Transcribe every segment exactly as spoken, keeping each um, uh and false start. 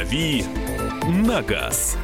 «Дави на газ».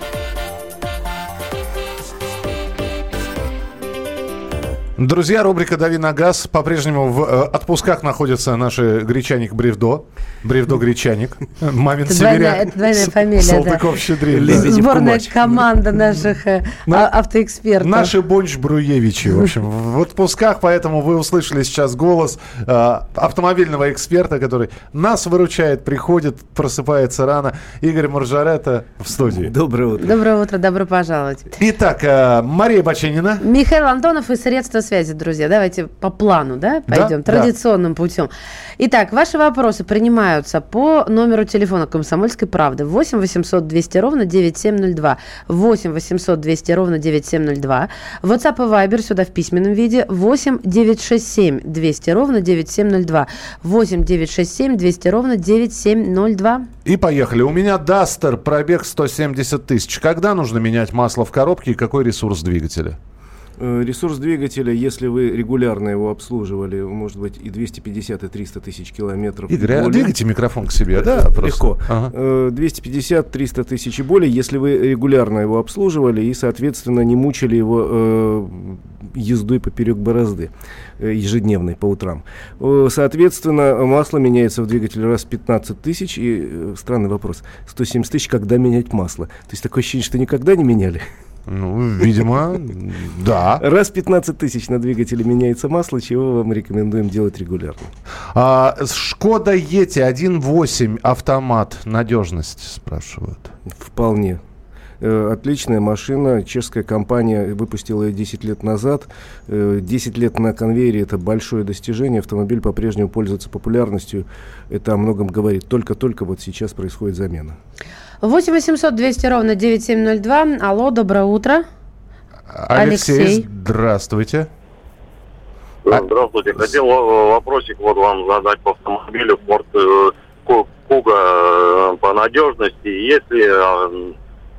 Друзья, рубрика «Дави на газ». По-прежнему в э, отпусках находится наш гречаник Бревдо. Бревдо-гречаник. Мамин северяк. Это двойная фамилия, Салтыков-Щедрин. Сборная команда наших э, автоэкспертов. Наши Бонч-Бруевичи, в общем, в отпусках. Поэтому вы услышали сейчас голос э, автомобильного эксперта, который нас выручает, приходит, просыпается рано. Игорь Маржаретта в студии. Доброе утро. Доброе утро, добро пожаловать. Итак, э, Мария Баченина. Михаил Антонов и средства связи, друзья. Давайте по плану, да, пойдем, да, традиционным да. путем. Итак, ваши вопросы принимаются по номеру телефона «Комсомольской правды» восемь восемьсот двести ровно девять семь ноль два. восемь восемьсот двести ровно девять семь ноль два. WhatsApp и Viber сюда в письменном виде восемь девятьсот шестьдесят семь двести ровно девять семь ноль два. восемь девятьсот шестьдесят семь двести ровно девять семь ноль два. И поехали. У меня Duster, пробег сто семьдесят тысяч. Когда нужно менять масло в коробке и какой ресурс двигателя? Ресурс двигателя, если вы регулярно его обслуживали, может быть и двести пятьдесят, и триста тысяч километров. Игорь, а двигайте микрофон к себе, да? Легко. Ага. двести пятьдесят - триста тысяч и более, если вы регулярно его обслуживали и, соответственно, не мучили его э, ездой поперек борозды э, ежедневной по утрам. Э, соответственно, масло меняется в двигателе раз в пятнадцать тысяч. И э, странный вопрос. сто семьдесят тысяч, когда менять масло? То есть такое ощущение, что никогда не меняли? Ну, видимо, да. Раз в пятнадцать тысяч на двигателе меняется масло, чего вам рекомендуем делать регулярно. А, Шкода Yeti один восемь автомат. Надежность, спрашивают. Вполне. Э, отличная машина. Чешская компания выпустила ее десять лет назад. Э, десять лет на конвейере – это большое достижение. Автомобиль по-прежнему пользуется популярностью. Это о многом говорит. Только-только вот сейчас происходит замена. восемь восемьсот двести ровно девять семь ноль два. Алло, доброе утро. Алексей, Алексей. Здравствуйте. Здравствуйте. Хотел вопросик вот вам задать по автомобилю Ford Kuga по надежности. Если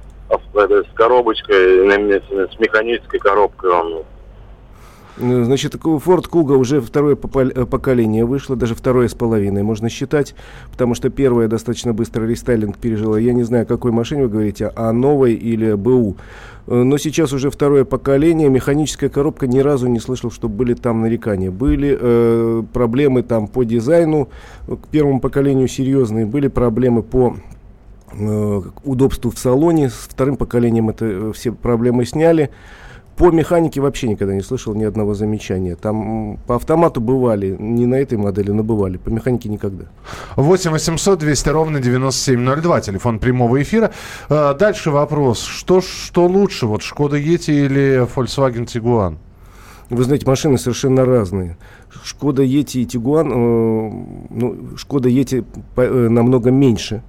с коробочкой, с механической коробкой он... Значит, Ford Kuga уже второе поколение вышло, даже второе с половиной можно считать, потому что первое достаточно быстро рестайлинг пережила. Я не знаю, о какой машине вы говорите, о новой или БУ. Но сейчас уже второе поколение, механическая коробка, ни разу не слышал, что были там нарекания. Были э, проблемы там по дизайну, к первому поколению серьезные, были проблемы по э, удобству в салоне, с вторым поколением это э, все проблемы сняли. По механике вообще никогда не слышал ни одного замечания. Там по автомату бывали, не на этой модели, но бывали. По механике никогда. восемь восемьсот двести ровно девяносто семь ноль два, телефон прямого эфира. А, дальше вопрос. Что, что лучше, вот Шкода Yeti или Volkswagen Tiguan? Вы знаете, машины совершенно разные. Шкода Yeti и Tiguan, э, ну, Шкода Yeti по, э, намного меньше.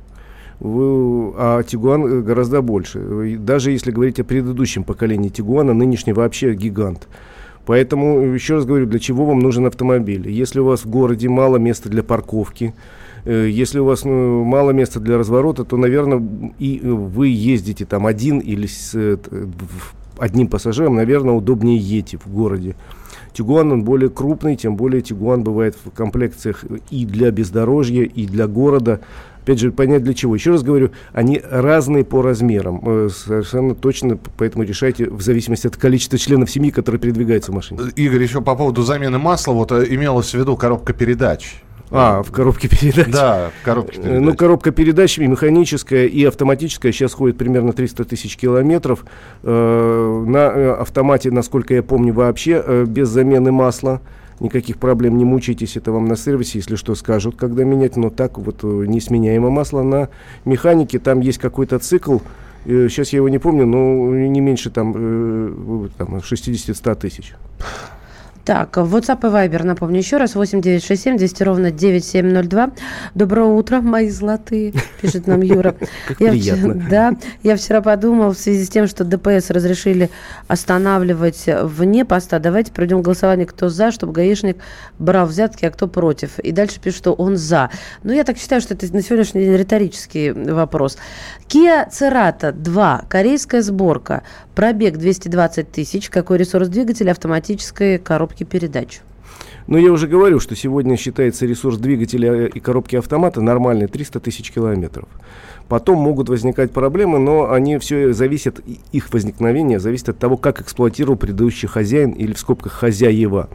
А Tiguan гораздо больше. Даже если говорить о предыдущем поколении Tiguan, нынешний вообще гигант. Поэтому, еще раз говорю, для чего вам нужен автомобиль? Если у вас в городе мало места для парковки, если у вас ну, мало места для разворота, то, наверное, и вы ездите там один или с одним пассажиром, наверное, удобнее Yeti в городе. Tiguan, он более крупный, тем более Tiguan бывает в комплекциях и для бездорожья, и для города. Опять же, понять для чего. Еще раз говорю, они разные по размерам. Совершенно точно, поэтому решайте в зависимости от количества членов семьи, которые передвигаются в машине. Игорь, еще по поводу замены масла, вот имелось в виду коробка передач. А, в коробке передач. Да, в коробке передач. Ну, коробка передач и механическая, и автоматическая сейчас ходит примерно триста тысяч километров. Э, на автомате, насколько я помню, вообще э, без замены масла. Никаких проблем, не мучайтесь, это вам на сервисе, если что, скажут, когда менять. Но так вот несменяемо масло на механике, там есть какой-то цикл. Э, сейчас я его не помню, но не меньше там, э, там шестьдесят-сто тысяч. Так, WhatsApp и Viber, напомню еще раз, восемь девятьсот шестьдесят семь двести ровно девять семь ноль два. Доброе утро, мои золотые, пишет нам Юра. Как приятно. Да, я вчера подумал, в связи с тем, что ДПС разрешили останавливать вне поста, давайте проведем голосование, кто за, чтобы гаишник брал взятки, а кто против. И дальше пишет, что он за. Но я так считаю, что это на сегодняшний день риторический вопрос. Kia Cerato два, корейская сборка, пробег двести двадцать тысяч, какой ресурс двигателя, автоматической коробки передач? Но я уже говорю, что сегодня считается ресурс двигателя и коробки автомата нормальный триста тысяч километров. Потом могут возникать проблемы, но они все зависят, их возникновение зависит от того, как эксплуатировал предыдущий хозяин или в скобках хозяева.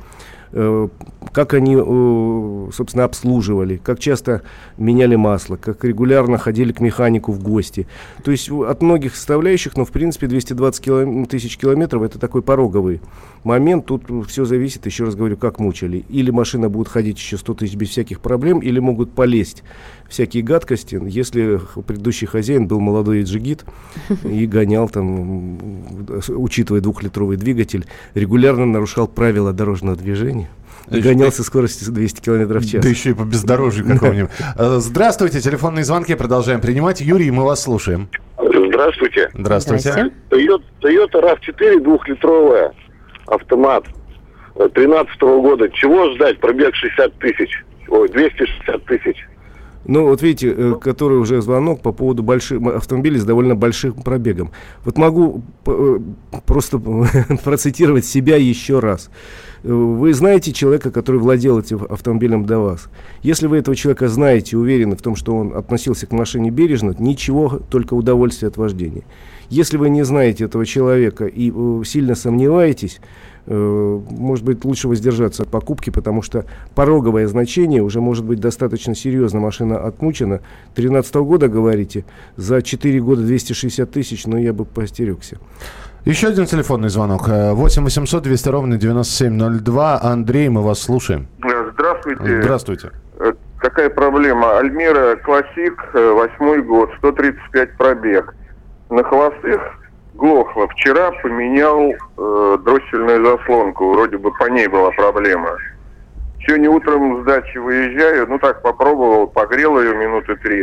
Как они, собственно, обслуживали, как часто меняли масло, как регулярно ходили к механику в гости. То есть от многих составляющих, но в принципе двести двадцать тысяч километров это такой пороговый момент. Тут все зависит, еще раз говорю, как мучили. Или машина будет ходить еще сто тысяч без всяких проблем, или могут полезть всякие гадкости, если предыдущий хозяин был молодой джигит и гонял там, учитывая двухлитровый двигатель, регулярно нарушал правила дорожного движения. Да гонял со скоростью двести километров в час. Да еще и по бездорожью какому-нибудь. Здравствуйте, телефонные звонки продолжаем принимать. Юрий, мы вас слушаем. Здравствуйте. Здравствуйте. Toyota рав четыре двухлитровая, автомат, тринадцатого года. Чего ждать? Пробег шестьдесят тысяч. Ой, двести шестьдесят тысяч. Ну, вот видите, э, который уже звонок по поводу больших автомобилей с довольно большим пробегом. Вот могу э, просто процитировать себя еще раз. Вы знаете человека, который владел этим автомобилем до вас. Если вы этого человека знаете, уверены в том, что он относился к машине бережно, ничего, только удовольствие от вождения. Если вы не знаете этого человека и э, сильно сомневаетесь, э, может быть, лучше воздержаться от покупки, потому что пороговое значение уже может быть достаточно серьезно. Машина отмучена. тринадцатого года, говорите, за четыре года двести шестьдесят тысяч, но я бы поостерегся. Еще один телефонный звонок. восемь восемьсот двести ровно девяносто семь ноль два. Андрей, мы вас слушаем. Здравствуйте. Здравствуйте. Какая проблема? Альмира Классик, восьмой год, сто тридцать пять пробег. На холостых глохло. Вчера поменял э, дроссельную заслонку. Вроде бы по ней была проблема. Сегодня утром с дачи выезжаю. Ну так, попробовал, погрел ее минуты три.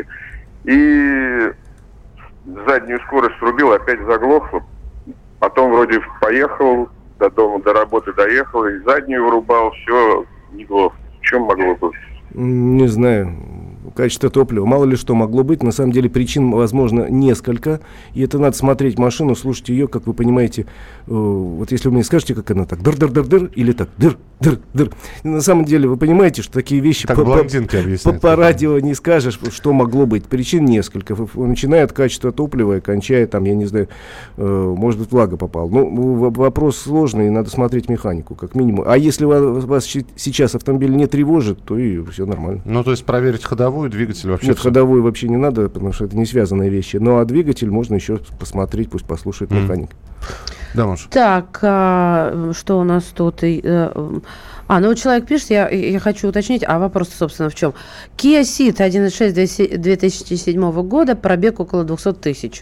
И заднюю скорость срубил, опять заглохло. Потом вроде поехал, до дома, до работы доехал, и заднюю врубал, все, не глохло. В чем могло быть? Не знаю. Качество топлива. Мало ли что могло быть. На самом деле причин, возможно, несколько. И это надо смотреть машину, слушать ее, как вы понимаете. Э, вот если вы мне скажете, как она так, дыр-дыр-дыр-дыр, или так, дыр-дыр-дыр. На самом деле вы понимаете, что такие вещи так по, блондинка объясняет, по, по радио не скажешь, что могло быть. Причин несколько. Начиная от качества топлива и кончая, там, я не знаю, э, может быть, влага попала. Ну, вопрос сложный, и надо смотреть механику, как минимум. А если вас, вас сейчас автомобиль не тревожит, то и все нормально. Ну, то есть проверить ходовую, двигатель вообще... Нет, все... ходовую вообще не надо, потому что это не связанные вещи. Ну, а двигатель можно еще посмотреть, пусть послушает mm. механик. Да, Маша. Так, а, что у нас тут? А, ну, человек пишет, я, я хочу уточнить, а вопрос, собственно, в чем? Kia Ceed один и шесть две тысячи седьмого года, пробег около двести тысяч.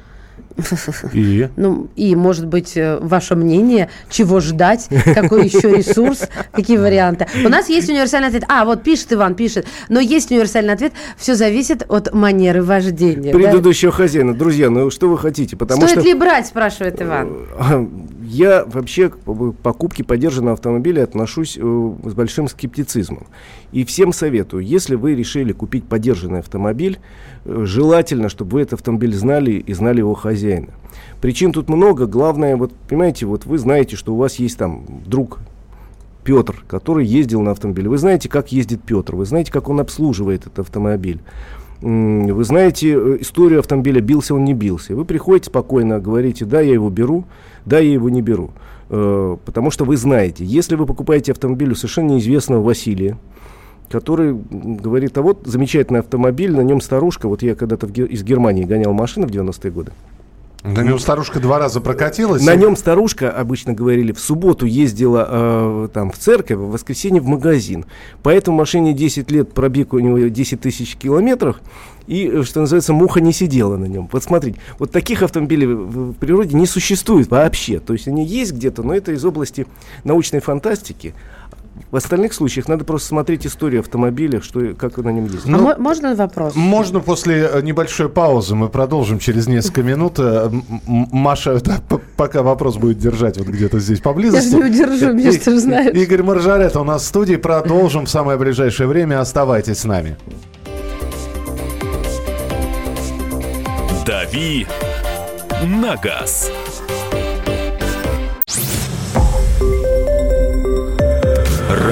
И? Ну, и, может быть, ваше мнение, чего ждать, какой еще ресурс, какие варианты. У нас есть универсальный ответ. А, вот пишет Иван, пишет. Но есть универсальный ответ. Все зависит от манеры вождения. Предыдущего да? хозяина. Друзья, ну что вы хотите? Потому Стоит что... ли брать, спрашивает Иван. Я вообще к покупке подержанного автомобиля отношусь с большим скептицизмом. И всем советую, если вы решили купить подержанный автомобиль, желательно, чтобы вы этот автомобиль знали и знали его хозяина. Причин тут много. Главное, вот понимаете, вот вы знаете, что у вас есть там друг Петр, который ездил на автомобиле. Вы знаете, как ездит Петр, вы знаете, как он обслуживает этот автомобиль. Вы знаете историю автомобиля, бился он, не бился. Вы приходите спокойно, говорите, да, я его беру, да, я его не беру. Потому что вы знаете, если вы покупаете автомобиль у совершенно неизвестного Василия, который говорит, а вот замечательный автомобиль, на нем старушка, вот я когда-то в, из Германии гонял машину в девяностые годы. На нем старушка два раза прокатилась? На нем старушка, обычно говорили, в субботу ездила э, там, в церковь, в воскресенье в магазин. Поэтому машине десять лет, пробег у него десять тысяч километров, и, что называется, муха не сидела на нем. Вот смотрите, вот таких автомобилей в природе не существует вообще. То есть они есть где-то, но это из области научной фантастики. В остальных случаях надо просто смотреть историю автомобиля, что, как на нем ездить. Ну, а можно вопрос? Можно после небольшой паузы. Мы продолжим через несколько минут. Маша, да, пока вопрос будет держать вот где-то здесь поблизости. Я же не удержу, мне что же знаешь. Игорь Маржарета у нас в студии. Продолжим в самое ближайшее время. Оставайтесь с нами. Дави на газ.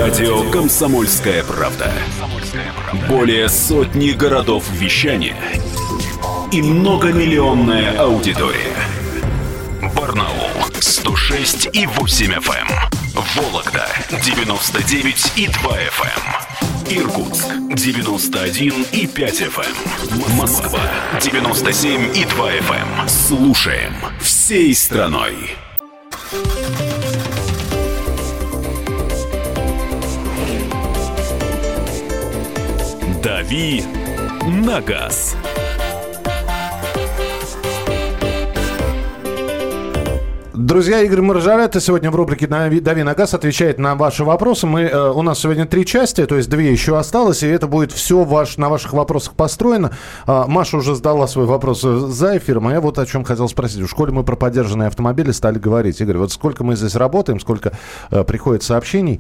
Радио «Комсомольская правда». Более сотни городов вещания и многомиллионная аудитория. Барнаул сто шесть и восемь эф эм, Вологда девяносто девять и два эф эм, Иркутск девяносто один и пять эф эм, Москва девяносто семь и два эф эм. Слушаем всей страной. «Дави на газ». Друзья, Игорь Маржаретта сегодня в рубрике «Дави на газ» отвечает на ваши вопросы. Мы, э, у нас сегодня три части, то есть две еще осталось, и это будет все ваш, на ваших вопросах построено. А, Маша уже задала свой вопрос за эфиром, а я вот о чем хотел спросить. В школе мы про подержанные автомобили стали говорить. Игорь, вот сколько мы здесь работаем, сколько э, приходит сообщений,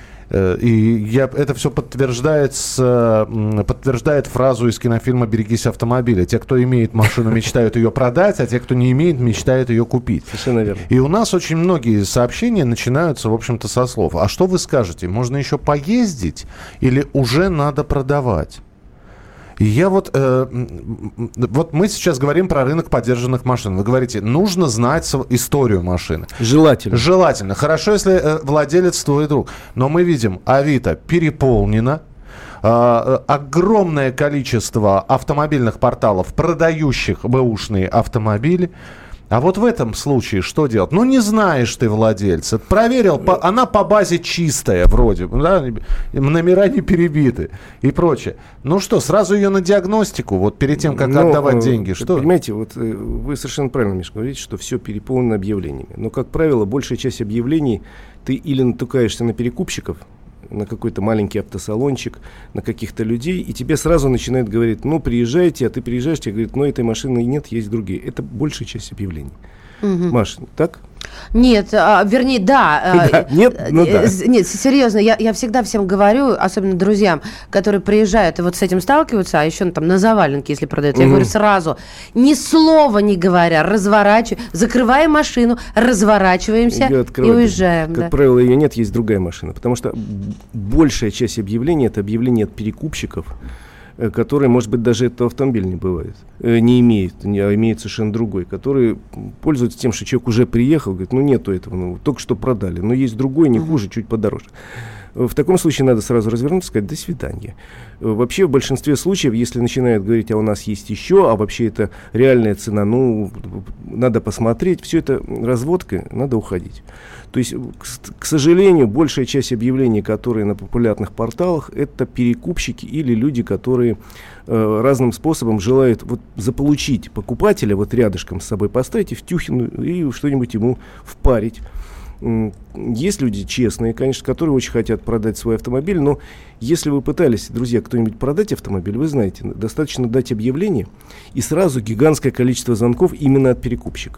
и я, это все подтверждается, подтверждает фразу из кинофильма «Берегись автомобиля». Те, кто имеет машину, мечтают ее продать, а те, кто не имеет, мечтают ее купить. Совершенно верно. И у нас очень многие сообщения начинаются, в общем-то, со слов. А что вы скажете? Можно еще поездить или уже надо продавать? И я вот, э, вот мы сейчас говорим про рынок подержанных машин. Вы говорите, нужно знать историю машины. Желательно. Желательно. Хорошо, если э, владелец твой друг. Но мы видим, Авито переполнено. Э, огромное количество автомобильных порталов, продающих бэушные автомобили. А вот в этом случае что делать? Ну, не знаешь ты владельца. Проверил, по, она по базе чистая вроде. Да, номера не перебиты и прочее. Ну что, сразу ее на диагностику, вот перед тем, как Но, отдавать деньги? Что? Понимаете, вот вы совершенно правильно, Миша, говорите, что все переполнено объявлениями. Но, как правило, большая часть объявлений, ты или натыкаешься на перекупщиков, на какой-то маленький автосалончик, на каких-то людей, и тебе сразу начинают говорить, ну, приезжайте, а ты приезжаешь, тебе говорят, ну, этой машины нет, есть другие. Это большая часть объявлений. Угу. Маш, так? Нет, а, вернее, да. да. Нет, ну да. Нет, серьезно, я, я всегда всем говорю, особенно друзьям, которые приезжают и вот с этим сталкиваются, а еще ну, там на заваленке, если продают, я угу. говорю сразу, ни слова не говоря, разворачиваем, закрываем машину, разворачиваемся и уезжаем. Как да. правило, ее нет, есть другая машина, потому что большая часть объявлений — это объявления от перекупщиков, которые, может быть, даже этого автомобиля не бывает, не имеет, не, а имеет совершенно другой, который пользуется тем, что человек уже приехал, говорит, ну нету этого, ну только что продали, но есть другой, не хуже, чуть подороже. В таком случае надо сразу развернуться и сказать «до свидания». Вообще в большинстве случаев, если начинают говорить, а у нас есть еще, а вообще это реальная цена, ну, надо посмотреть, все это разводка, надо уходить. То есть, к, к сожалению, большая часть объявлений, которые на популярных порталах, это перекупщики или люди, которые э, разным способом желают вот, заполучить покупателя, вот рядышком с собой поставить и втюхину, и что-нибудь ему впарить. Есть люди честные, конечно, которые очень хотят продать свой автомобиль, но если вы пытались, друзья, кто-нибудь продать автомобиль, вы знаете, достаточно дать объявление и сразу гигантское количество звонков именно от перекупщиков,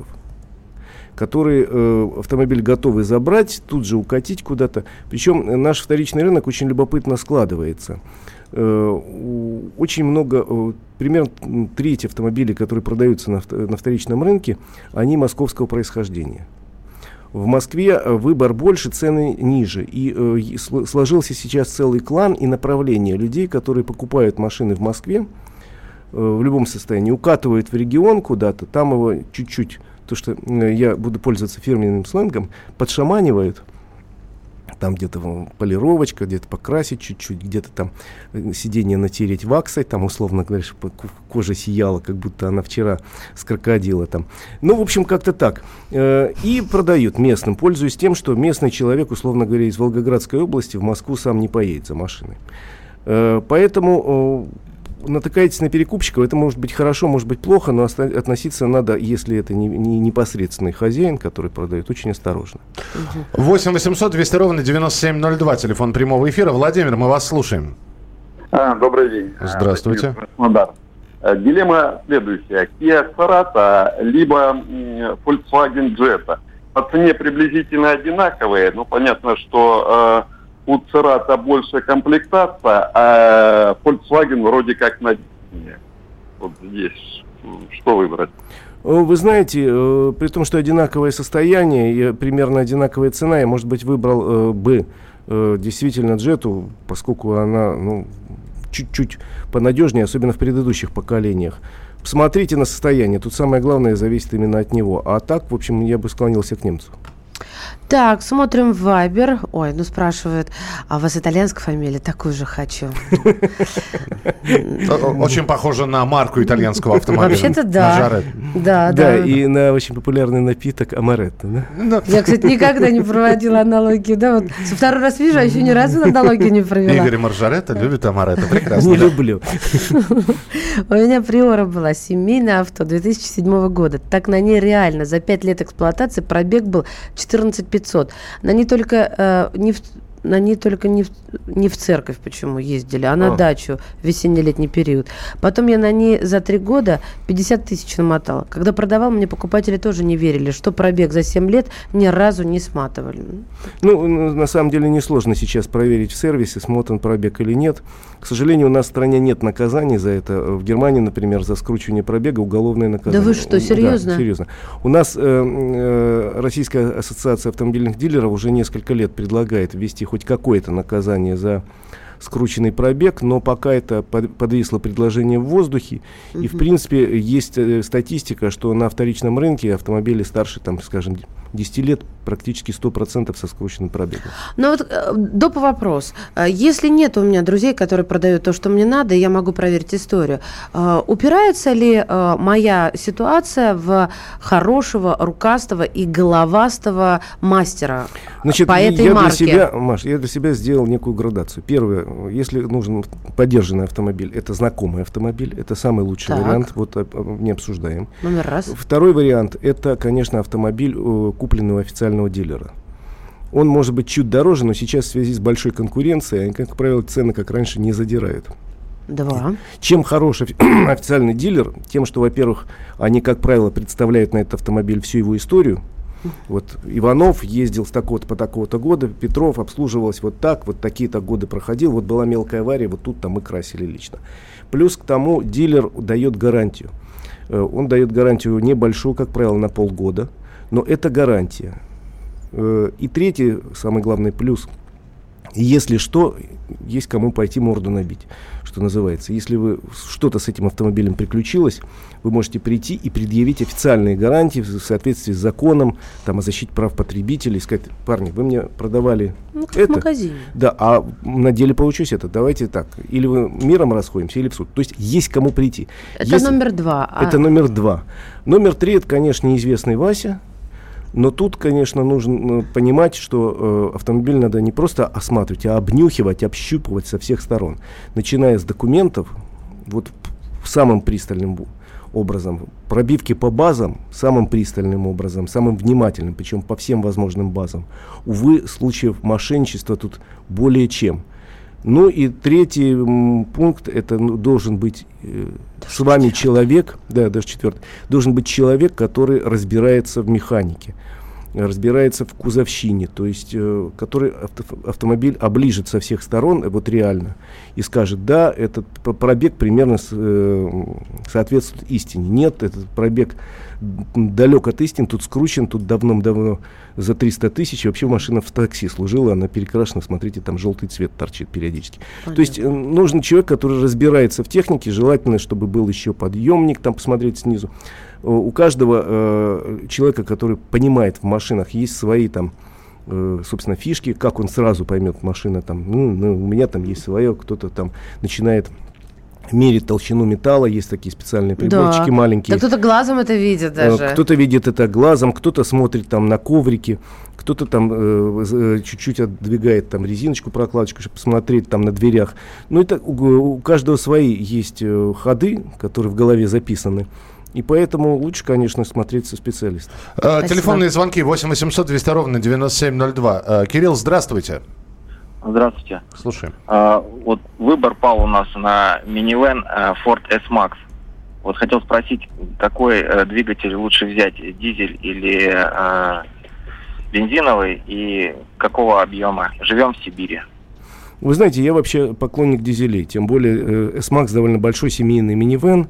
которые э, автомобиль готовы забрать, тут же укатить куда-то. Причем наш вторичный рынок очень любопытно складывается. Э, очень много, э, примерно треть автомобилей, которые продаются на, на вторичном рынке, они московского происхождения. В Москве выбор больше, цены ниже. И э, сложился сейчас целый клан и направление людей, которые покупают машины в Москве э, в любом состоянии, укатывают в регион куда-то, там его чуть-чуть, то что э, я буду пользоваться фирменным сленгом, подшаманивают. Там где-то полировочка, где-то покрасить чуть-чуть, где-то там сиденье натереть ваксой, там, условно говоря, кожа сияла, как будто она вчера с крокодила там. Ну, в общем, как-то так. И продают местным, пользуясь тем, что местный человек, условно говоря, из Волгоградской области в Москву сам не поедет за машиной. Поэтому натыкаетесь на перекупщиков, это может быть хорошо, может быть плохо, но относиться надо, если это не, не непосредственный хозяин, который продает, очень осторожно. восемь восемьсот двести ровно девяносто семь ноль два, телефон прямого эфира. Владимир, мы вас слушаем. А, добрый день. Здравствуйте. Краснодар. Дилемма следующая. Kia Cerato, либо Volkswagen Jetta. По цене приблизительно одинаковые, но понятно, что у Cerato больше комплектация, а Volkswagen вроде как надежнее. Вот здесь что выбрать? Вы знаете, при том, что одинаковое состояние и примерно одинаковая цена, я, может быть, выбрал бы э, действительно Джетту, поскольку она, ну, чуть-чуть понадежнее, особенно в предыдущих поколениях. Посмотрите на состояние. Тут самое главное зависит именно от него. А так, в общем, я бы склонился к немцу. Так, смотрим Вайбер. Ой, ну спрашивают, а у вас итальянская фамилия? Такую же хочу. Очень похоже на марку итальянского автомобиля. Вообще-то да. Да, да. И на очень популярный напиток амаретто. Я, кстати, никогда не проводила аналогию. Да, вот второй раз вижу, а еще ни разу аналогию не провела. Игорь Маржаретто любит амаретто. Прекрасно. Не люблю. У меня Приора была, семейное авто две тысячи седьмого года. Так на ней реально за пять лет эксплуатации пробег был четырнадцать тысяч пятьсот. На ней только э, не в, на ней только не в, не в церковь почему ездили, а на а. дачу в весенне-летний период. Потом я на ней за три года пятьдесят тысяч намотала. Когда продавал, мне покупатели тоже не верили, что пробег за семь лет ни разу не сматывали. Ну, на самом деле несложно сейчас проверить в сервисе, смотан пробег или нет. К сожалению, у нас в стране нет наказаний за это. В Германии, например, за скручивание пробега уголовное наказание. Да вы что, серьезно? Да, серьезно. У нас э, э, Российская ассоциация автомобильных дилеров уже несколько лет предлагает ввести хоть какое-то наказание за скрученный пробег, но пока это под, подвисло предложение в воздухе. Uh-huh. И, в принципе, есть э, статистика, что на вторичном рынке автомобили старше, там, скажем, десять лет практически сто процентов со скрученным пробегом. Ну вот э, доп. Вопрос. Если нет у меня друзей, которые продают то, что мне надо, я могу проверить историю. Э, упирается ли э, моя ситуация в хорошего, рукастого и головастого мастера? Значит, по этой я марке? Для себя, Маш, я для себя сделал некую градацию. Первое, если нужен подержанный автомобиль, это знакомый автомобиль, это самый лучший так. вариант, вот не обсуждаем. Номер раз. Второй вариант, это, конечно, автомобиль, купленный у официального дилера. Он может быть чуть дороже, но сейчас в связи с большой конкуренцией, они, как правило, цены, как раньше, не задирают. Два. Чем хорош официальный дилер? Тем, что, во-первых, они, как правило, представляют на этот автомобиль всю его историю. Вот Иванов ездил с такого-то по такого-то года, Петров обслуживалась вот так, вот такие-то годы проходил, вот была мелкая авария, вот тут там мы красили лично. Плюс к тому дилер дает гарантию. Он дает гарантию небольшую, как правило, на полгода, но это гарантия. И третий, самый главный плюс, если что, есть кому пойти морду набить, что называется. Если вы что-то с этим автомобилем приключилось, вы можете прийти и предъявить официальные гарантии в соответствии с законом там, о защите прав потребителей, сказать: парни, вы мне продавали ну, как это, в магазине. Да, а на деле получилось это, давайте так, или вы миром расходимся, или в суд. То есть есть кому прийти. Это Если... номер два. Это а... номер два. Номер три, это, конечно, неизвестный Вася. Но тут, конечно, нужно понимать, что э, автомобиль надо не просто осматривать, а обнюхивать, общупывать со всех сторон. Начиная с документов, вот самым пристальным образом, пробивки по базам самым пристальным образом, самым внимательным, причем по всем возможным базам. Увы, случаев мошенничества тут более чем. Ну и третий м, пункт, это ну, должен быть э, с вами человек, да, даже четвертый, должен быть человек, который разбирается в механике, разбирается в кузовщине, то есть э, который авто, автомобиль оближет со всех сторон, э, вот реально, и скажет: да, этот пробег примерно с, э, соответствует истине. Нет, этот пробег далек от истины, тут скручен, тут давно-давно за триста тысяч, и вообще машина в такси служила, она перекрашена, смотрите, там желтый цвет торчит периодически. Понятно. То есть э, нужен человек, который разбирается в технике, желательно, чтобы был еще подъемник, там посмотреть снизу. У каждого э, человека, который понимает в машинах, есть свои там, э, собственно, фишки, как он сразу поймет, машина там, ну, ну, у меня там есть свое, кто-то там начинает мерить толщину металла, есть такие специальные приборчики, да, маленькие. Да кто-то глазом это видит даже. Кто-то видит это глазом, кто-то смотрит там на коврики, кто-то там э, чуть-чуть отдвигает там резиночку, прокладочку, чтобы посмотреть там на дверях. Ну, это у, у каждого свои есть э, ходы, которые в голове записаны. И поэтому лучше, конечно, смотреть со специалистом. А, телефонные звонки восемь восемьсот двести ровно девяносто семь ноль два. А, Кирилл, здравствуйте. Здравствуйте. Слушаем. А, вот выбор пал у нас на минивэн а, Ford S-Max. Вот хотел спросить, какой а, двигатель лучше взять, дизель или а, бензиновый, и какого объема? Живем в Сибири. Вы знаете, я вообще поклонник дизелей, тем более э, S-Max довольно большой семейный минивэн,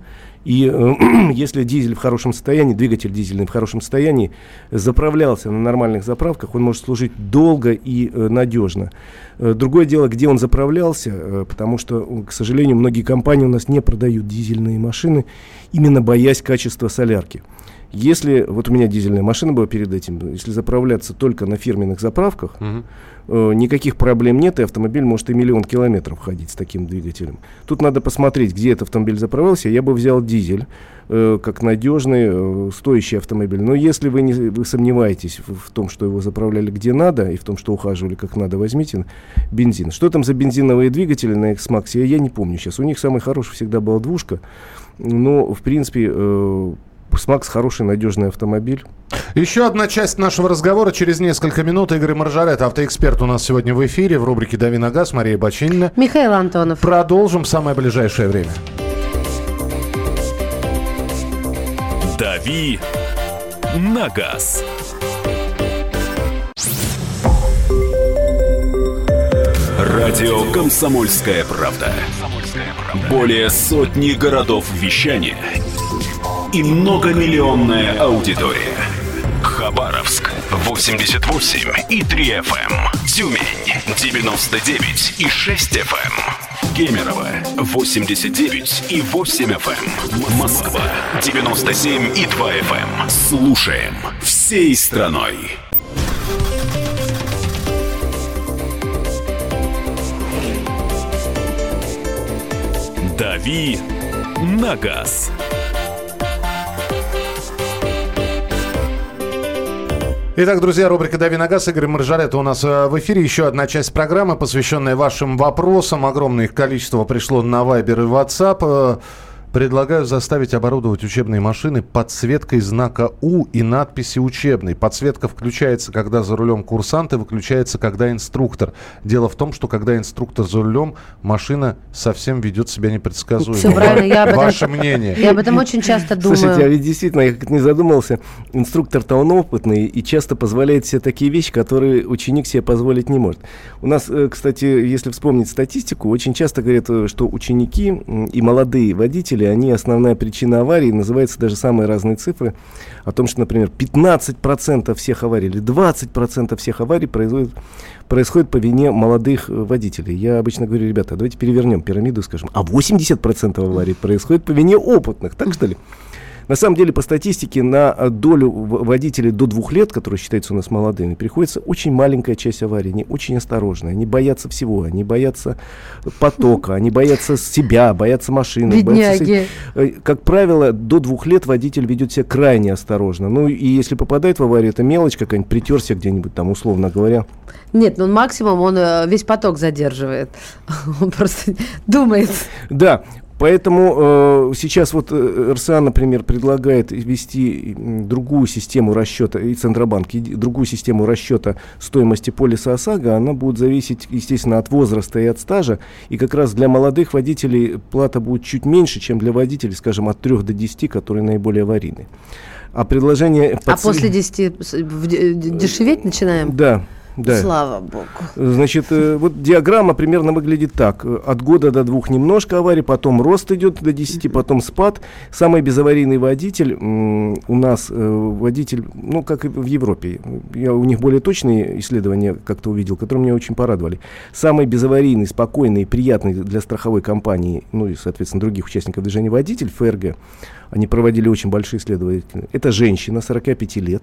И э, если дизель в хорошем состоянии, двигатель дизельный в хорошем состоянии, заправлялся на нормальных заправках, он может служить долго и э, надежно. Э, другое дело, где он заправлялся, э, потому что, к сожалению, многие компании у нас не продают дизельные машины, именно боясь качества солярки. Если, вот у меня дизельная машина была перед этим, если заправляться только на фирменных заправках, uh-huh. э, никаких проблем нет, и автомобиль может и миллион километров ходить с таким двигателем. Тут надо посмотреть, где этот автомобиль заправлялся. Я бы взял дизель, э, как надежный, э, стоящий автомобиль. Но если вы, не, вы сомневаетесь в, в том, что его заправляли где надо, и в том, что ухаживали как надо, возьмите бензин. Что там за бензиновые двигатели на X-Max, я, я не помню сейчас. У них самый хороший всегда была двушка, но, в принципе... Э, X-Max хороший, надежный автомобиль. Еще одна часть нашего разговора через несколько минут. Игорь Маржарет, автоэксперт, у нас сегодня в эфире в рубрике «Дави на газ». Мария Бочинина. Михаил Антонов. Продолжим в самое ближайшее время. «Дави на газ». Радио «Комсомольская правда». Более сотни городов вещания и многомиллионная аудитория. Хабаровск восемьдесят восемь и три эф эм, Тюмень девяносто девять и шесть эф эм, Кемерово восемьдесят девять и восемь эф эм, Москва девяносто семь и два эф эм. Слушаем всей страной. «Дави на газ». Итак, друзья, рубрика «Дави на газ». Игорь Маржарет у нас в эфире. Еще одна часть программы, посвященная вашим вопросам. Огромное их количество пришло на Viber и WhatsApp. Предлагаю заставить оборудовать учебные машины подсветкой знака У и надписи «Учебный». Подсветка включается, когда за рулем курсант, и выключается, когда инструктор. Дело в том, что когда инструктор за рулем, машина совсем ведет себя непредсказуемо. Все правильно, я об этом, Ваше мнение. Я об этом очень часто думаю. Слушайте, а ведь действительно, я как-то не задумался, инструктор-то он опытный и часто позволяет себе такие вещи, которые ученик себе позволить не может. У нас, кстати, если вспомнить статистику, очень часто говорят, что ученики и молодые водители, они основная причина аварий, называются даже самые разные цифры, о том, что, например, пятнадцать процентов всех аварий или двадцать процентов всех аварий происходит, происходит по вине молодых водителей. Я обычно говорю, ребята, давайте перевернем пирамиду и скажем, а восемьдесят процентов аварий происходит по вине опытных, так что ли? На самом деле, по статистике, на долю водителей до двух лет, которые считаются у нас молодыми, приходится очень маленькая часть аварий. Они очень осторожны, они боятся всего. Они боятся потока, они боятся себя, боятся машины. Бедняги. Боятся... Как правило, до двух лет водитель ведет себя крайне осторожно. Ну и если попадает в аварию, это мелочь какая-нибудь, притерся где-нибудь там, условно говоря. Нет, ну максимум он весь поток задерживает. Он просто думает. Да. Поэтому э, сейчас вот э, РСА, например, предлагает ввести другую систему расчета, и Центробанк, и другую систему расчета стоимости полиса ОСАГО. Она будет зависеть, естественно, от возраста и от стажа. И как раз для молодых водителей плата будет чуть меньше, чем для водителей, скажем, от трёх до десяти, которые наиболее аварийны. А предложение... А после десяти дешеветь начинаем? Да. Да. Слава богу. Значит, вот диаграмма примерно выглядит так. От года до двух немножко аварий, потом рост идет до десяти, потом спад. Самый безаварийный водитель у нас водитель, ну, как и в Европе. Я у них более точные исследования как-то увидел, которые меня очень порадовали. Самый безаварийный, спокойный и приятный для страховой компании, ну и, соответственно, других участников движения водитель, ФРГ, они проводили очень большие исследования. Это женщина, сорок пять лет.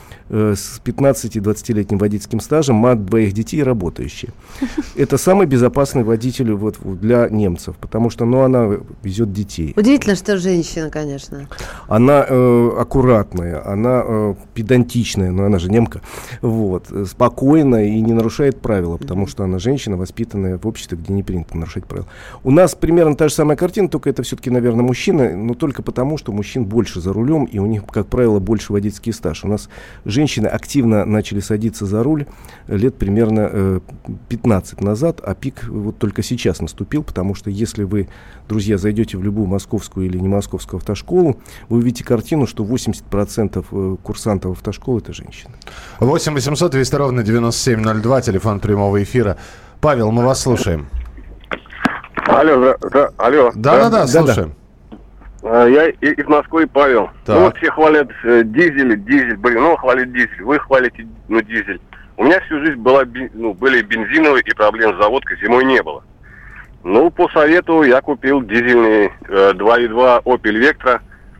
С пятнадцати-двадцатилетним водительским стажем, мать двоих детей, работающая. Это самый безопасный водитель вот, для немцев, потому что ну, она везет детей. Удивительно, что женщина, конечно. Она э, аккуратная, она э, педантичная, но она же немка, вот, спокойная и не нарушает правила, потому что она женщина, воспитанная в обществе, где не принято нарушать правила. У нас примерно та же самая картина, только это все-таки, наверное, мужчина, но только потому, что мужчин больше за рулем, и у них, как правило, больше водительский стаж. У нас женщины активно начали садиться за руль лет примерно э, пятнадцать назад, а пик вот только сейчас наступил, потому что если вы, друзья, зайдете в любую московскую или не московскую автошколу, вы увидите картину, что восемьдесят процентов курсантов автошколы — это женщины. восемь восемьсот двести ровно девяносто семь ноль два, телефон прямого эфира. Павел, мы вас слушаем. Алло, да, да, алло. Да-да-да, слушаем. Я из Москвы, Павел. Так. Ну вот все хвалят э, дизель, дизель, блин, ну хвалят дизель, вы хвалите, ну дизель. У меня всю жизнь была, ну, были бензиновые, и проблем с заводкой зимой не было. Ну, по совету я купил дизельный э, два и два Opel Vectra,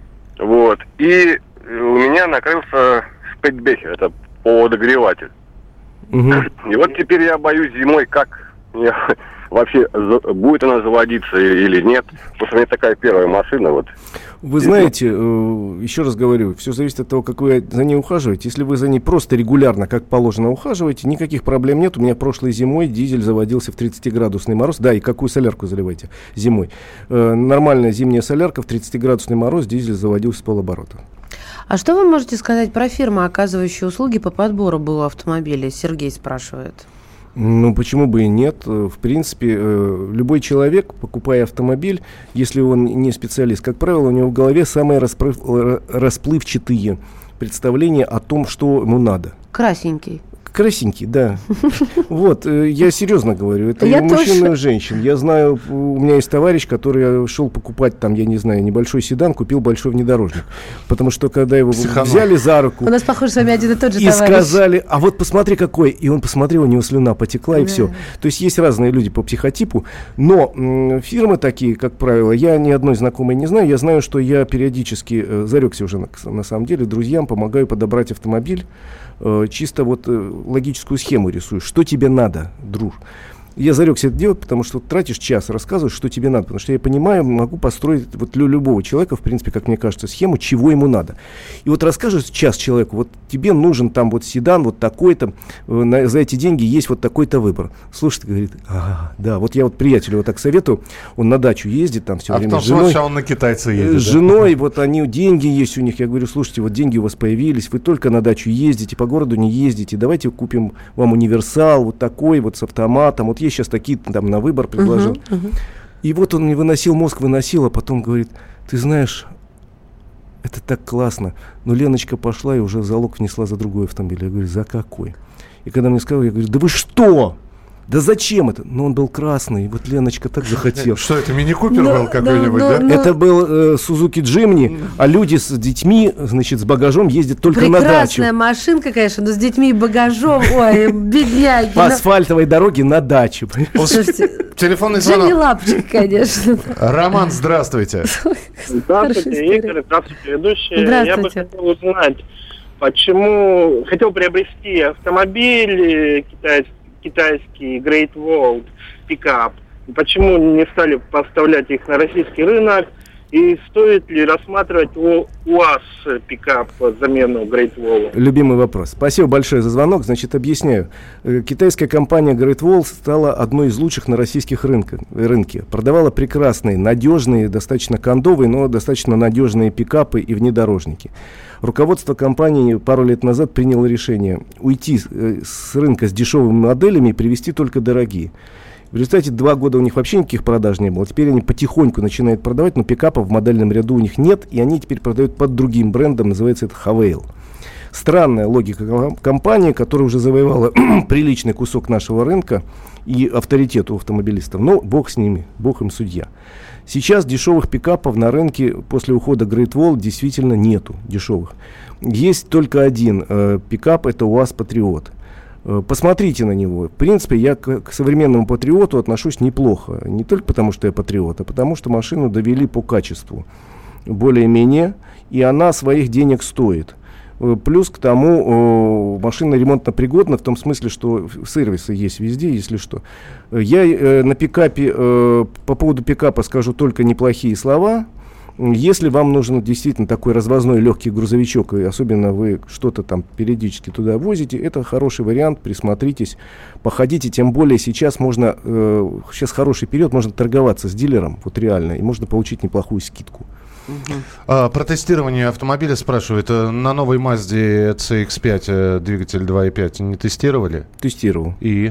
вот, и у меня накрылся спейтбехер, это подогреватель. Угу. И вот теперь я боюсь зимой, как мне вообще за- будет она заводиться или нет, потому что у меня такая первая машина, вот. Вы знаете, э, еще раз говорю, все зависит от того, как вы за ней ухаживаете. Если вы за ней просто регулярно, как положено, ухаживаете, никаких проблем нет. У меня прошлой зимой дизель заводился в тридцатиградусный мороз. Да, и какую солярку заливаете зимой? Э, нормальная зимняя солярка в тридцатиградусный мороз, дизель заводился с полоборота. А что вы можете сказать про фирмы, оказывающие услуги по подбору БУ автомобилей? Сергей спрашивает. Ну, почему бы и нет? В принципе, любой человек, покупая автомобиль, если он не специалист, как правило, у него в голове самые расплыв... расплывчатые представления о том, что ему надо. Красненький. Красенький, да. Вот, я серьезно говорю, это Я и у мужчин, тоже. и у женщин. Я знаю, у меня есть товарищ, который шел покупать там, я не знаю, небольшой седан, купил большой внедорожник. Потому что когда его Психанул. взяли за руку У нас, похоже, с вами один и тот же и товарищ. сказали, а вот посмотри какой, и он посмотрел, у него слюна потекла, и Да. все. То есть есть разные люди по психотипу, но м, фирмы такие, как правило, я ни одной знакомой не знаю, я знаю, что я периодически, э, зарекся уже на, на самом деле, друзьям помогаю подобрать автомобиль, э, чисто вот э, логическую схему рисую, что тебе надо, друг. Я зарекся это делать, потому что вот тратишь час, рассказываешь, что тебе надо. Потому что я понимаю, могу построить вот для любого человека, в принципе, как мне кажется, схему, чего ему надо. И вот расскажешь час человеку, вот тебе нужен там вот седан, вот такой-то, э, на, за эти деньги есть вот такой-то выбор. Слушай, говорит, ага, да, вот я вот приятелю вот так советую, он на дачу ездит, там все А время потом с женой. смотришь, а он на китайца Э, едет. С да? женой, вот они, деньги есть у них. Я говорю, слушайте, вот деньги у вас появились, вы только на дачу ездите, по городу не ездите, давайте купим вам универсал, вот такой вот с автоматом. Вот есть сейчас такие там на выбор предложил. Мгм, мгм. И вот он не выносил, мозг выносил, а потом говорит, ты знаешь, это так классно, но Леночка пошла и уже залог внесла за другой автомобиль. Я говорю, за какой? И когда мне сказал, я говорю, да вы что? Да зачем это? Ну, он был красный, вот Леночка так захотела. Что это, мини-купер Ну, был какой-нибудь, ну, да? ну, Это был Сузуки Джимни, а люди с детьми, значит, с багажом ездят только на дачу. Прекрасная машинка, конечно, но с детьми и багажом. Ой, бедняги. По асфальтовой дороге на дачу. Слушайте, Телефонный Джимми звонок. Лапчик, конечно. Роман, здравствуйте. Хорошая Здравствуйте, история. Игорь, здравствуйте, ведущие. Здравствуйте. Я бы хотел узнать, почему... Хотел приобрести автомобиль э, китайский, китайский Great Wall пикап. Почему не стали поставлять их на российский рынок? И стоит ли рассматривать у УАЗ пикап замену Great Wall? Любимый вопрос. Спасибо большое за звонок. Значит, объясняю. Э, Китайская компания Great Wall стала одной из лучших на российских рынка, рынке. Продавала прекрасные, надежные, достаточно кондовые, но достаточно надежные пикапы и внедорожники. Руководство компании пару лет назад приняло решение уйти э, с рынка с дешевыми моделями и привезти только дорогие. В результате два года у них вообще никаких продаж не было. Теперь они потихоньку начинают продавать, но пикапов в модельном ряду у них нет, и они теперь продают под другим брендом, называется это Хавейл. Странная логика ком- компании, которая уже завоевала приличный кусок нашего рынка и авторитет у автомобилистов. Но бог с ними, бог им судья. Сейчас дешевых пикапов на рынке после ухода Great Wall действительно нету дешевых. Есть только один э, пикап, это УАЗ Патриот. Посмотрите на него. В принципе, я к, к современному патриоту отношусь неплохо. Не только потому, что я патриот, а потому, что машину довели по качеству более-менее, и она своих денег стоит. Плюс к тому, машина ремонтно-пригодна в том смысле, что сервисы есть везде, если что. Я э, на пикапе, э, по поводу пикапа скажу только неплохие слова. Если вам нужен действительно такой развозной легкий грузовичок, и особенно вы что-то там периодически туда возите, это хороший вариант, присмотритесь, походите, тем более сейчас можно, э, сейчас хороший период, можно торговаться с дилером, вот реально, и можно получить неплохую скидку. А, про тестирование автомобиля спрашивают. э, На новой Mazda си икс пять э, двигатель два и пять не тестировали? Тестировал. И?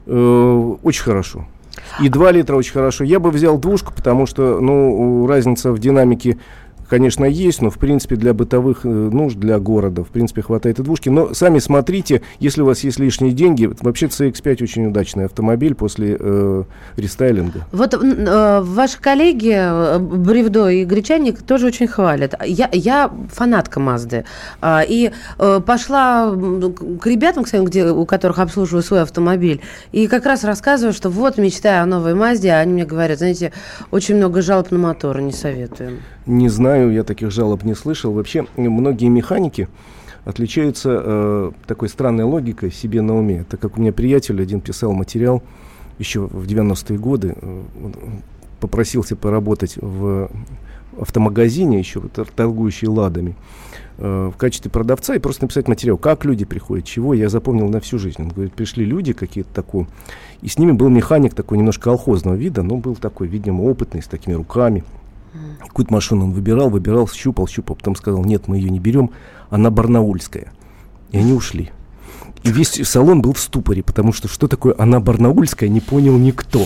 Э, очень хорошо. И два литра очень хорошо. Я бы взял двушку, потому что, ну, разница в динамике конечно, есть, но, в принципе, для бытовых нужд, для города, в принципе, хватает и двушки. Но сами смотрите, если у вас есть лишние деньги, вообще си икс пять очень удачный автомобиль после э, рестайлинга. Вот э, ваши коллеги Бревдо и Гречаник тоже очень хвалят. Я, я фанатка Мазды. Э, и э, пошла к ребятам, к своим, где, у которых обслуживаю свой автомобиль, и как раз рассказываю, что вот мечтаю о новой Мазде, а они мне говорят, знаете, очень много жалоб на моторы, не советуем. Не знаю, я таких жалоб не слышал. Вообще, многие механики отличаются э, такой странной логикой себе на уме. Так как у меня приятель один писал материал еще в девяностые годы, э, попросился поработать в автомагазине, еще торгующий ладами, э, в качестве продавца, и просто написать материал, как люди приходят, чего, я запомнил на всю жизнь. Он говорит, пришли люди какие-то такие, и с ними был механик такой немножко колхозного вида, но был такой, видимо, опытный, с такими руками. Какую-то машину он выбирал, выбирал, щупал, щупал, потом сказал, нет, мы ее не берем, она барнаульская. И они ушли. И весь салон был в ступоре, потому что что такое она барнаульская, не понял никто.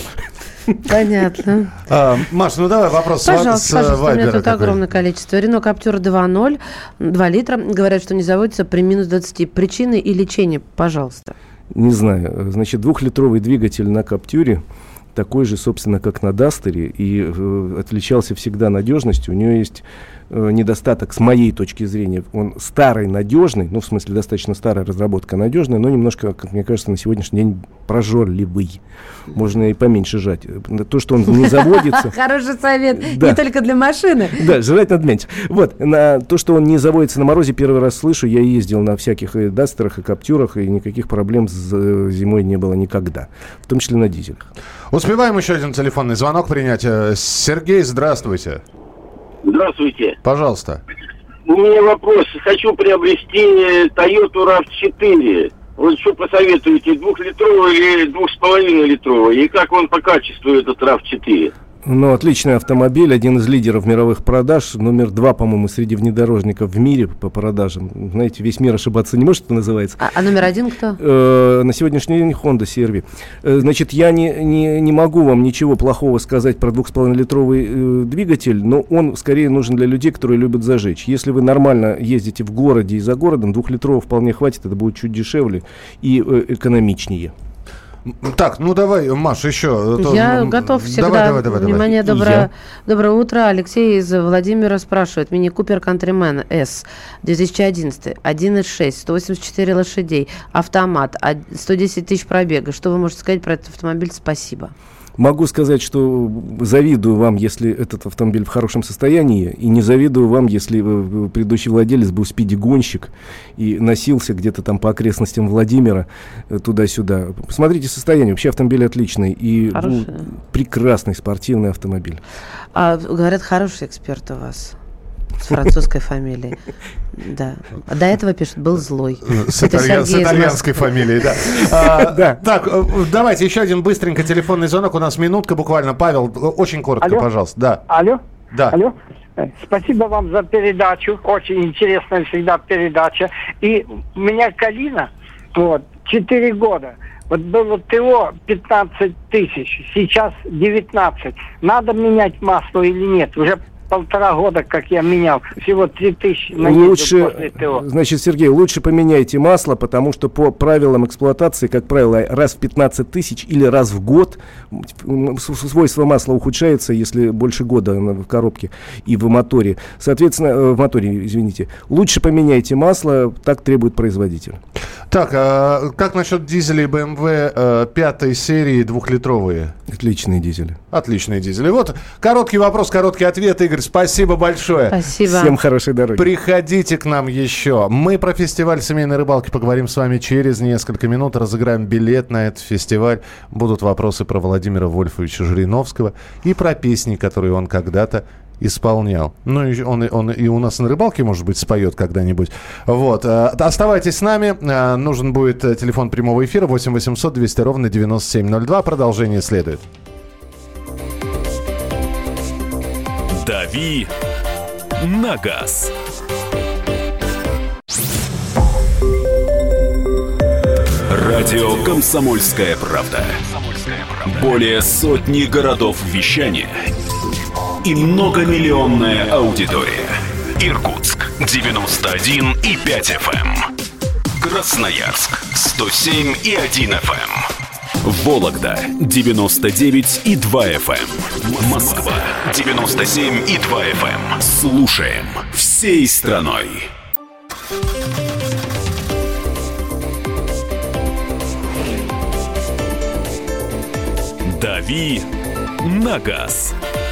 Понятно. А, Маш, ну давай вопрос пожалуйста, с пожалуйста, Вайбера. у меня тут какой. огромное количество. Рено Каптюр два ноль, два литра. Говорят, что не заводится при минус двадцати. Причины и лечение, пожалуйста. Не знаю. Значит, двухлитровый двигатель на Каптюре такой же, собственно, как на Дастере, и э, отличался всегда надежностью. У него есть э, недостаток, с моей точки зрения. Он старый, надежный, ну, в смысле, достаточно старая разработка, надежная, но немножко, как мне кажется, на сегодняшний день прожорливый. Можно и поменьше жать. То, что он не заводится... Хороший совет, не только для машины. Да, жрать надо меньше. Вот, на то, что он не заводится на морозе, первый раз слышу. Я ездил на всяких и Дастерах, и Каптюрах, и никаких проблем с зимой не было никогда. В том числе на дизелях. Успеваем еще один телефонный звонок принять. Сергей, здравствуйте. Здравствуйте. Пожалуйста. У меня вопрос. Хочу приобрести Toyota рав четыре. Вот что посоветуете, двухлитровый или двух с половиной литровый? И как он по качеству, этот рав четыре? Ну, отличный автомобиль, один из лидеров мировых продаж, номер два, по-моему, среди внедорожников в мире по продажам. Знаете, весь мир ошибаться не может, это называется. А, а номер один кто? Э, на сегодняшний день Honda си ар ви. Э, значит, я не, не, не могу вам ничего плохого сказать про двух с половиной литровый э, двигатель, но он скорее нужен для людей, которые любят зажечь. Если вы нормально ездите в городе и за городом, двухлитрового вполне хватит, это будет чуть дешевле и э, экономичнее. Так, ну давай, Маш, еще. Я то, готов всегда. Давай, давай, давай, Внимание, давай. доброе, доброе утро. Алексей из Владимира спрашивает. Мини Купер Countryman S две тысячи одиннадцатый, один и шесть, сто восемьдесят четыре лошадей, автомат, сто десять тысяч пробега. Что вы можете сказать про этот автомобиль? Спасибо. Могу сказать, что завидую вам, если этот автомобиль в хорошем состоянии, и не завидую вам, если предыдущий владелец был спиди-гонщик и носился где-то там по окрестностям Владимира туда-сюда. Посмотрите состояние. Вообще автомобиль отличный и ну, прекрасный спортивный автомобиль. А, говорят, хороший эксперт у вас. С французской фамилией. Да. А до этого пишут, был злой. С, итальян, с итальянской фамилией, да. а, да. Так, давайте еще один быстренько телефонный звонок. У нас минутка буквально. Павел, очень коротко, Алло. пожалуйста. Да. Алло? Да. Алло? Спасибо вам за передачу. Очень интересная всегда передача. И у меня Калина, вот, четыре года. Вот было ТО пятнадцать тысяч, сейчас девятнадцать. Надо менять масло или нет? Уже полтора года, как я менял, всего три тысячи наездил после ТО. Значит, Сергей, лучше поменяйте масло, потому что по правилам эксплуатации, как правило, раз в пятнадцать тысяч или раз в год свойства масла ухудшаются, если больше года в коробке и в моторе. Соответственно, в моторе, извините. Лучше поменяйте масло, так требует производитель. Так, а как насчет дизелей бэ эм вэ э, пятой серии двухлитровые? Отличные дизели. Отличные дизели. Вот короткий вопрос, короткий ответ, Игорь. Спасибо большое. Спасибо. Всем хорошей дороги. Приходите к нам еще. Мы про фестиваль семейной рыбалки поговорим с вами через несколько минут. Разыграем билет на этот фестиваль. Будут вопросы про Владимира Вольфовича Жириновского и про песни, которые он когда-то исполнял. Ну, и он, он и у нас на рыбалке, может быть, споет когда-нибудь. Вот. Оставайтесь с нами. Нужен будет телефон прямого эфира восемь восемьсот двести ровно девяносто семь ноль два. Продолжение следует. Дави на газ. Радио «Комсомольская правда». Более сотни городов вещания и многомиллионная аудитория. Иркутск девяносто один и пять эф эм. Красноярск сто семь и один эф эм. Вологда девяносто девять и два эф эм. Москва девяносто семь и два эф эм. Слушаем всей страной. «Дави на газ».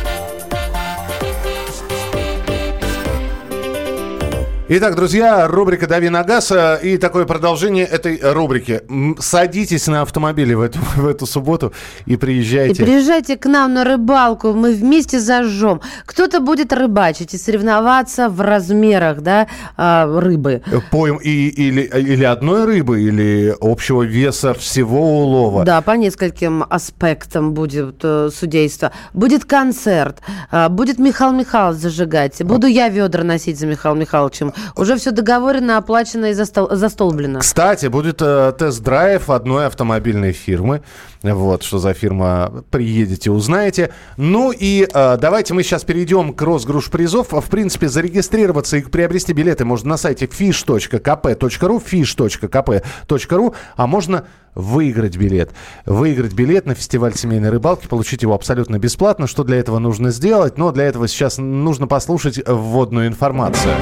Итак, друзья, рубрика «Дави на газ» и такое продолжение этой рубрики. Садитесь на автомобили в эту, в эту субботу и приезжайте. И приезжайте к нам на рыбалку, мы вместе зажжем. Кто-то будет рыбачить и соревноваться в размерах, да, рыбы. Поем и, или, или одной рыбы, или общего веса всего улова. Да, по нескольким аспектам будет э, судейство. Будет концерт, э, будет Михаил Михайлович зажигать. Буду я ведра носить за Михаилом Михайловичем. Уже все договорено, оплачено и застол- застолблено. Кстати, будет э, тест-драйв одной автомобильной фирмы. Вот, что за фирма, приедете, узнаете. Ну и э, давайте мы сейчас перейдем к розыгрышу призов. В принципе, зарегистрироваться и приобрести билеты можно на сайте фиш точка ка пэ точка ру, фиш точка ка пэ точка ру, а можно выиграть билет. Выиграть билет на фестиваль семейной рыбалки, получить его абсолютно бесплатно. Что для этого нужно сделать? Но для этого сейчас нужно послушать вводную информацию.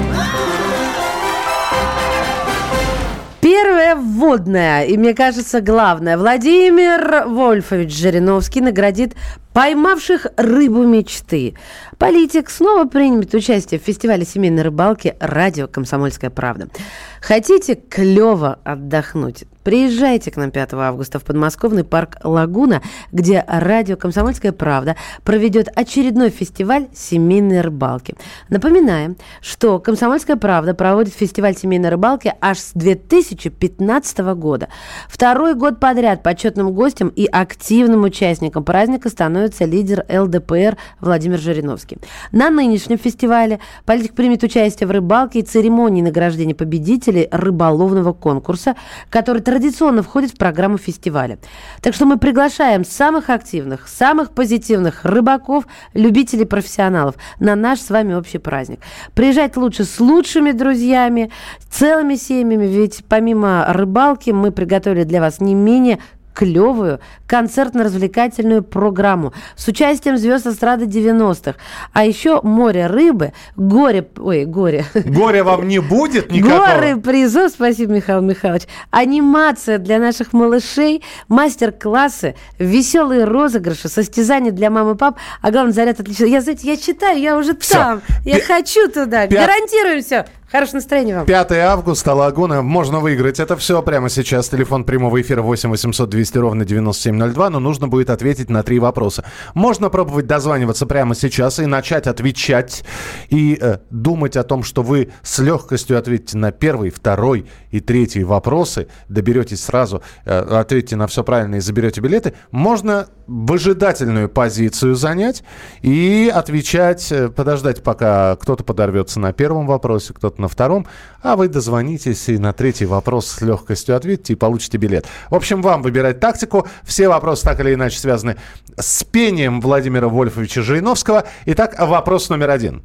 Первое вводное, и мне кажется, главное. Владимир Вольфович Жириновский наградит поймавших рыбу мечты. Политик снова примет участие в фестивале семейной рыбалки «Радио Комсомольская правда». Хотите клево отдохнуть? Приезжайте к нам пятого августа в подмосковный парк «Лагуна», где радио «Комсомольская правда» проведет очередной фестиваль семейной рыбалки. Напоминаем, что «Комсомольская правда» проводит фестиваль семейной рыбалки аж с две тысячи пятнадцатого года. Второй год подряд почетным гостем и активным участником праздника становится лидер эл дэ пэ эр Владимир Жириновский. На нынешнем фестивале политик примет участие в рыбалке и церемонии награждения победителей рыболовного конкурса, который традиционно входит в программу фестиваля. Так что мы приглашаем самых активных, самых позитивных рыбаков, любителей, профессионалов на наш с вами общий праздник. Приезжать лучше с лучшими друзьями, целыми семьями, ведь помимо рыбалки мы приготовили для вас не менее клевую концертно-развлекательную программу с участием звезд эстрады девяностых. А еще море рыбы, горе... Ой, горе. Горе вам не будет никакого? Горы призов, спасибо, Михаил Михайлович. Анимация для наших малышей, мастер-классы, веселые розыгрыши, состязания для мам и пап. А главное, заряд отлично. Я, знаете, я читаю, я уже все. Там. Я П- хочу туда. Пят... Гарантирую все. Хорошего настроения вам. пятого августа, Лагуна. Можно выиграть это все прямо сейчас. Телефон прямого эфира восемь восемьсот двести ровно девяносто семь ноль два. Но нужно будет ответить на три вопроса. Можно пробовать дозваниваться прямо сейчас и начать отвечать. И э, думать о том, что вы с легкостью ответите на первый, второй и третий вопросы. Доберетесь сразу, э, ответите на все правильно и заберете билеты. Можно выжидательную позицию занять и отвечать, э, подождать, пока кто-то подорвется на первом вопросе, кто-то на втором, а вы дозвонитесь и на третий вопрос с легкостью ответите и получите билет. В общем, вам выбирать тактику. Все вопросы так или иначе связаны с пением Владимира Вольфовича Жириновского. Итак, вопрос номер один.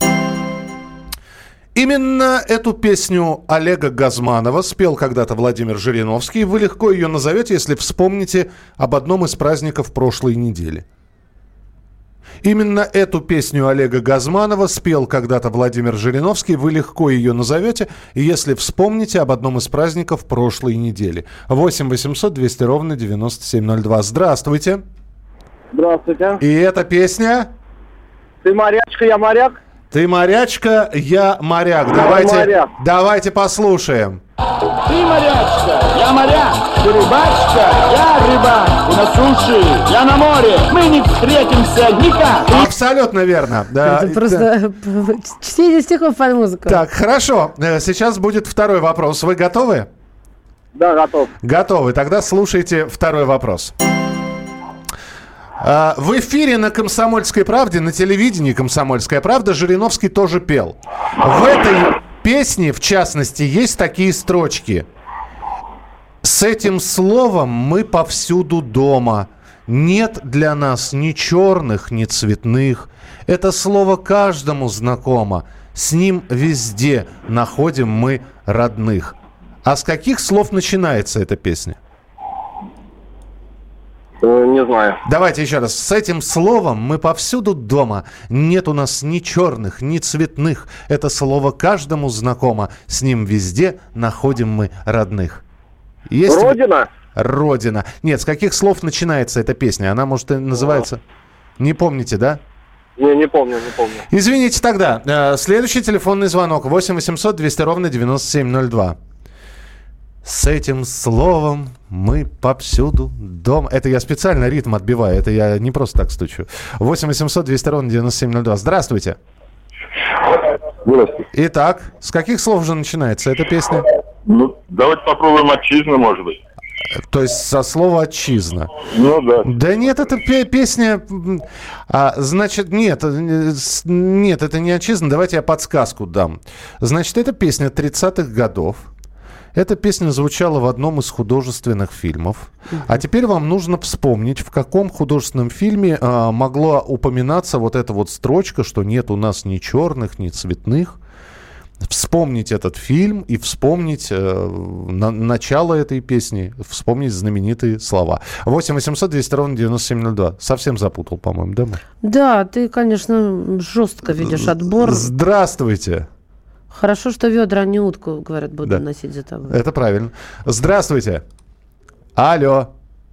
Именно эту песню Олега Газманова спел когда-то Владимир Жириновский. Вы легко ее назовете, если вспомните об одном из праздников прошлой недели. Именно эту песню Олега Газманова спел когда-то Владимир Жириновский. Вы легко ее назовете, если вспомните об одном из праздников прошлой недели. восемь восемьсот двести ровно девяносто семь ноль два. Здравствуйте. Здравствуйте. И эта песня? Ты морячка, я моряк. Ты морячка, я моряк. Давайте, моряк. давайте послушаем. Ты морячка, я моряк, ты рыбачка, я рыбак, ты на суше, я на море, мы не встретимся никак. Абсолютно верно. Да, это просто да. Чтение стихов под музыку. Так, хорошо. Сейчас будет второй вопрос. Вы готовы? Да, готов. Готовы. Тогда слушайте второй вопрос. В эфире на «Комсомольской правде», на телевидении «Комсомольская правда» Жириновский тоже пел. В этой песне, в частности, есть такие строчки. «С этим словом мы повсюду дома. Нет для нас ни черных, ни цветных. Это слово каждому знакомо. С ним везде находим мы родных. А с каких слов начинается эта песня? Не знаю. Давайте еще раз. С этим словом мы повсюду дома. Нет у нас ни черных, ни цветных. Это слово каждому знакомо. С ним везде находим мы родных. Есть... Родина? Родина. Нет, с каких слов начинается эта песня? Она, может, и называется... Не помните, да? Не, не помню, не помню. Извините тогда. Следующий телефонный звонок. восемь восемьсот двести ровно девяносто семь ноль два. С этим словом мы повсюду дом. Это я специально ритм отбиваю. Это я не просто так стучу. восемь восемьсот двести ровно девяносто семь ноль два. Здравствуйте. Здравствуйте. Итак, с каких слов же начинается эта песня? Ну, давайте попробуем отчизна, может быть. То есть со слова «отчизна». Ну да. Да нет, это песня... А, значит, нет, нет, это не «отчизна». Давайте я подсказку дам. Значит, это песня тридцатых годов. Эта песня звучала в одном из художественных фильмов. Uh-huh. А теперь вам нужно вспомнить, в каком художественном фильме а, могла упоминаться вот эта вот строчка, что нет у нас ни черных, ни цветных. Вспомнить этот фильм и вспомнить э, на, начало этой песни, вспомнить знаменитые слова. восемь восемьсот двести ровно девяносто семь ноль два. Совсем запутал, по-моему, да? Да, ты, конечно, жестко ведешь отбор. Здравствуйте. Хорошо, что ведра, а не утку, говорят, буду да. носить за тобой. Это правильно. Здравствуйте. Алло.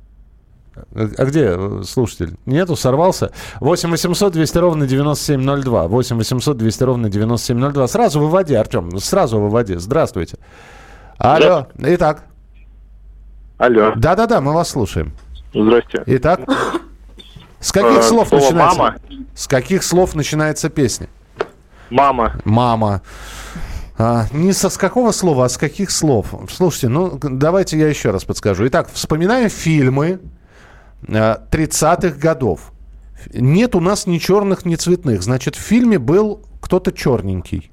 А где слушатель? Нету, сорвался? восемь восемьсот двести ровно девяносто семь ноль два. восемь восемьсот двести ровно девяносто семь ноль два. Сразу выводи, Артем, сразу выводи. Здравствуйте. Алло. Итак. Алло. Да-да-да, мы вас слушаем. Здрасте. Итак. С каких э, слов слово начинается? Мама. С каких слов начинается песня? Мама. Мама. А, не со с какого слова, а с каких слов? Слушайте, ну давайте я еще раз подскажу. Итак, вспоминаем фильмы тридцатых годов. Нет у нас ни черных, ни цветных. Значит, в фильме был кто-то черненький.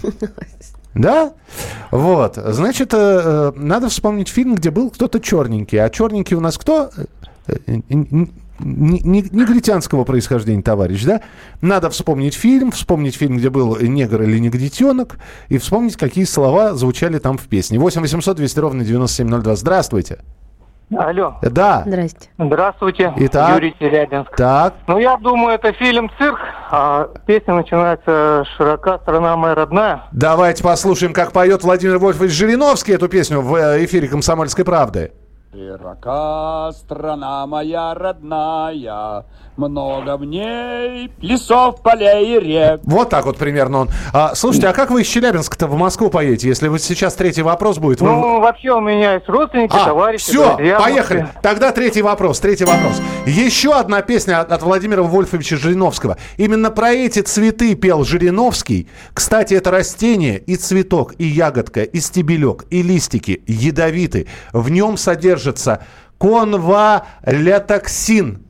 Да? Вот. Значит, э, надо вспомнить фильм, где был кто-то черненький. А черненький у нас кто? Негритянского происхождения, товарищ, да? Надо вспомнить фильм, вспомнить фильм, где был негр или негритенок, и вспомнить, какие слова звучали там в песне. восемь восемьсот двести ровно девяносто семь ноль два. Здравствуйте. Алло. Да. Здрасте. Здравствуйте. Итак. Юрий Челябинск. Так. Ну, я думаю, это фильм «Цирк», а песня начинается «Широка страна моя родная». Давайте послушаем, как поет Владимир Вольфович Жириновский эту песню в эфире «Комсомольской правды». Широка страна моя родная, много в ней лесов, полей и рек. Вот так вот примерно он. А, слушайте, а как вы из Челябинска-то в Москву поедете, если вот сейчас третий вопрос будет? Ну, вы... вообще у меня есть родственники, а, товарищи, все, друзья. поехали. Тогда третий вопрос, третий вопрос. Еще одна песня от, от Владимира Вольфовича Жириновского. Именно про эти цветы пел Жириновский. Кстати, это растение и цветок, и ягодка, и стебелек, и листики ядовиты. В нем содержится конвалетоксин.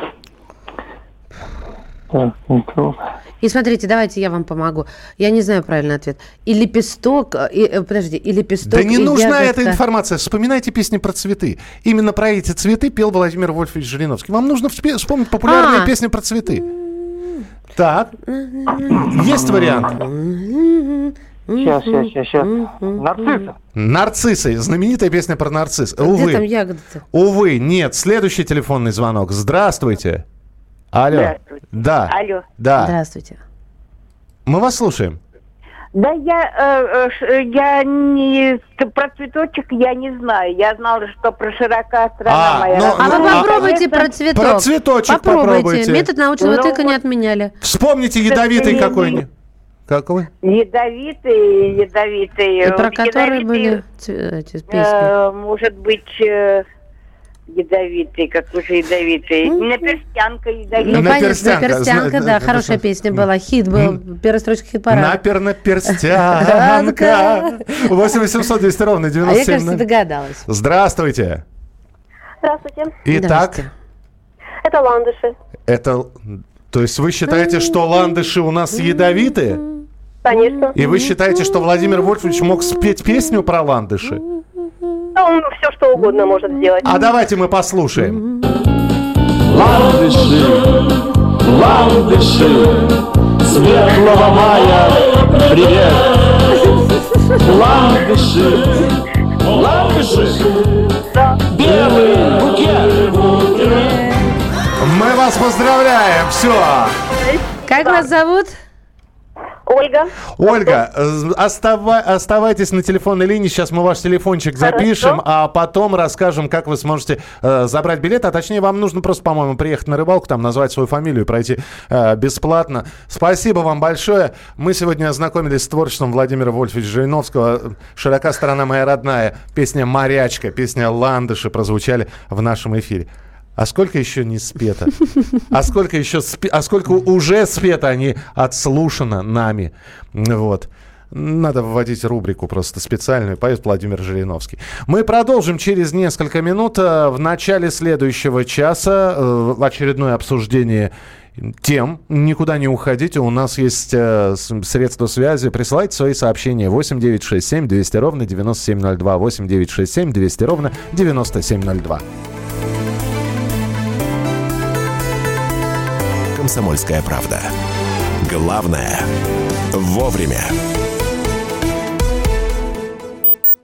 И смотрите, давайте я вам помогу. Я не знаю правильный ответ. И лепесток, и, подожди, и лепесток, да не и нужна ягодка. эта информация. Вспоминайте песни про цветы. Именно про эти цветы пел Владимир Вольфович Жириновский. Вам нужно вспомнить популярные а. песни про цветы. Так. Есть вариант? Сейчас, сейчас, сейчас, сейчас. Нарциссы. Нарциссы. Знаменитая песня про нарцисс. А увы. где там ягоды-то? Увы, нет. Следующий телефонный звонок. Здравствуйте. Алло. Здравствуйте. Да. Алло. Да. Здравствуйте. Мы вас слушаем. Да я, э, я не про цветочек я не знаю. Я знала, что про широка страна а, моя. Но, а ну, вы а, попробуйте про цветок. Про цветочек попробуйте. попробуйте. Метод научного ну, тыка вот, не отменяли. Вспомните ядовитый какой-нибудь. Какой? Ядовитые, ядовитые. И про которые были эти песни? Э, может быть... Э, ядовитый, как уже ядовитый. Mm-hmm. Наперстянка ядовитая. Ну, Наперстянка, Наперстянка, да, хорошая песня была. Хит был, первая строчка хит-парада. Наперстянка. восемь восемьсот двести ровно девяносто семь. А я, кажется, догадалась. Здравствуйте. Здравствуйте. Итак. Это ландыши. Это, то есть вы считаете, что ландыши у нас ядовитые? Конечно. И вы считаете, что Владимир Вольфович мог спеть песню про ландыши? Он все что угодно может сделать. А давайте мы послушаем. Ландыши, ландыши, светлого мая, привет. Ландыши, ландыши, белый букет. Мы вас поздравляем. Все. Как вас зовут? Ольга. Ольга, остава- оставайтесь на телефонной линии. Сейчас мы ваш телефончик запишем, Хорошо. а потом расскажем, как вы сможете э, забрать билет. А точнее, вам нужно просто, по-моему, приехать на рыбалку, там назвать свою фамилию и пройти э, бесплатно. Спасибо вам большое. Мы сегодня ознакомились с творчеством Владимира Вольфовича Жириновского. «Широка страна моя родная». Песня «Морячка», песня «Ландыши» прозвучали в нашем эфире. А сколько еще не спето? А сколько еще спе... А сколько уже спето, а не отслушано нами? Вот. Надо вводить рубрику просто специальную. Поет Владимир Жириновский. Мы продолжим через несколько минут. В начале следующего часа э, очередное обсуждение тем. Никуда не уходите. У нас есть э, средства связи. Присылайте свои сообщения. восемь девятьсот шестьдесят семь двести ровно девяносто семь ноль два. восемь девятьсот шестьдесят семь двести ровно девяносто семь ноль два. «Комсомольская правда». Главное – вовремя.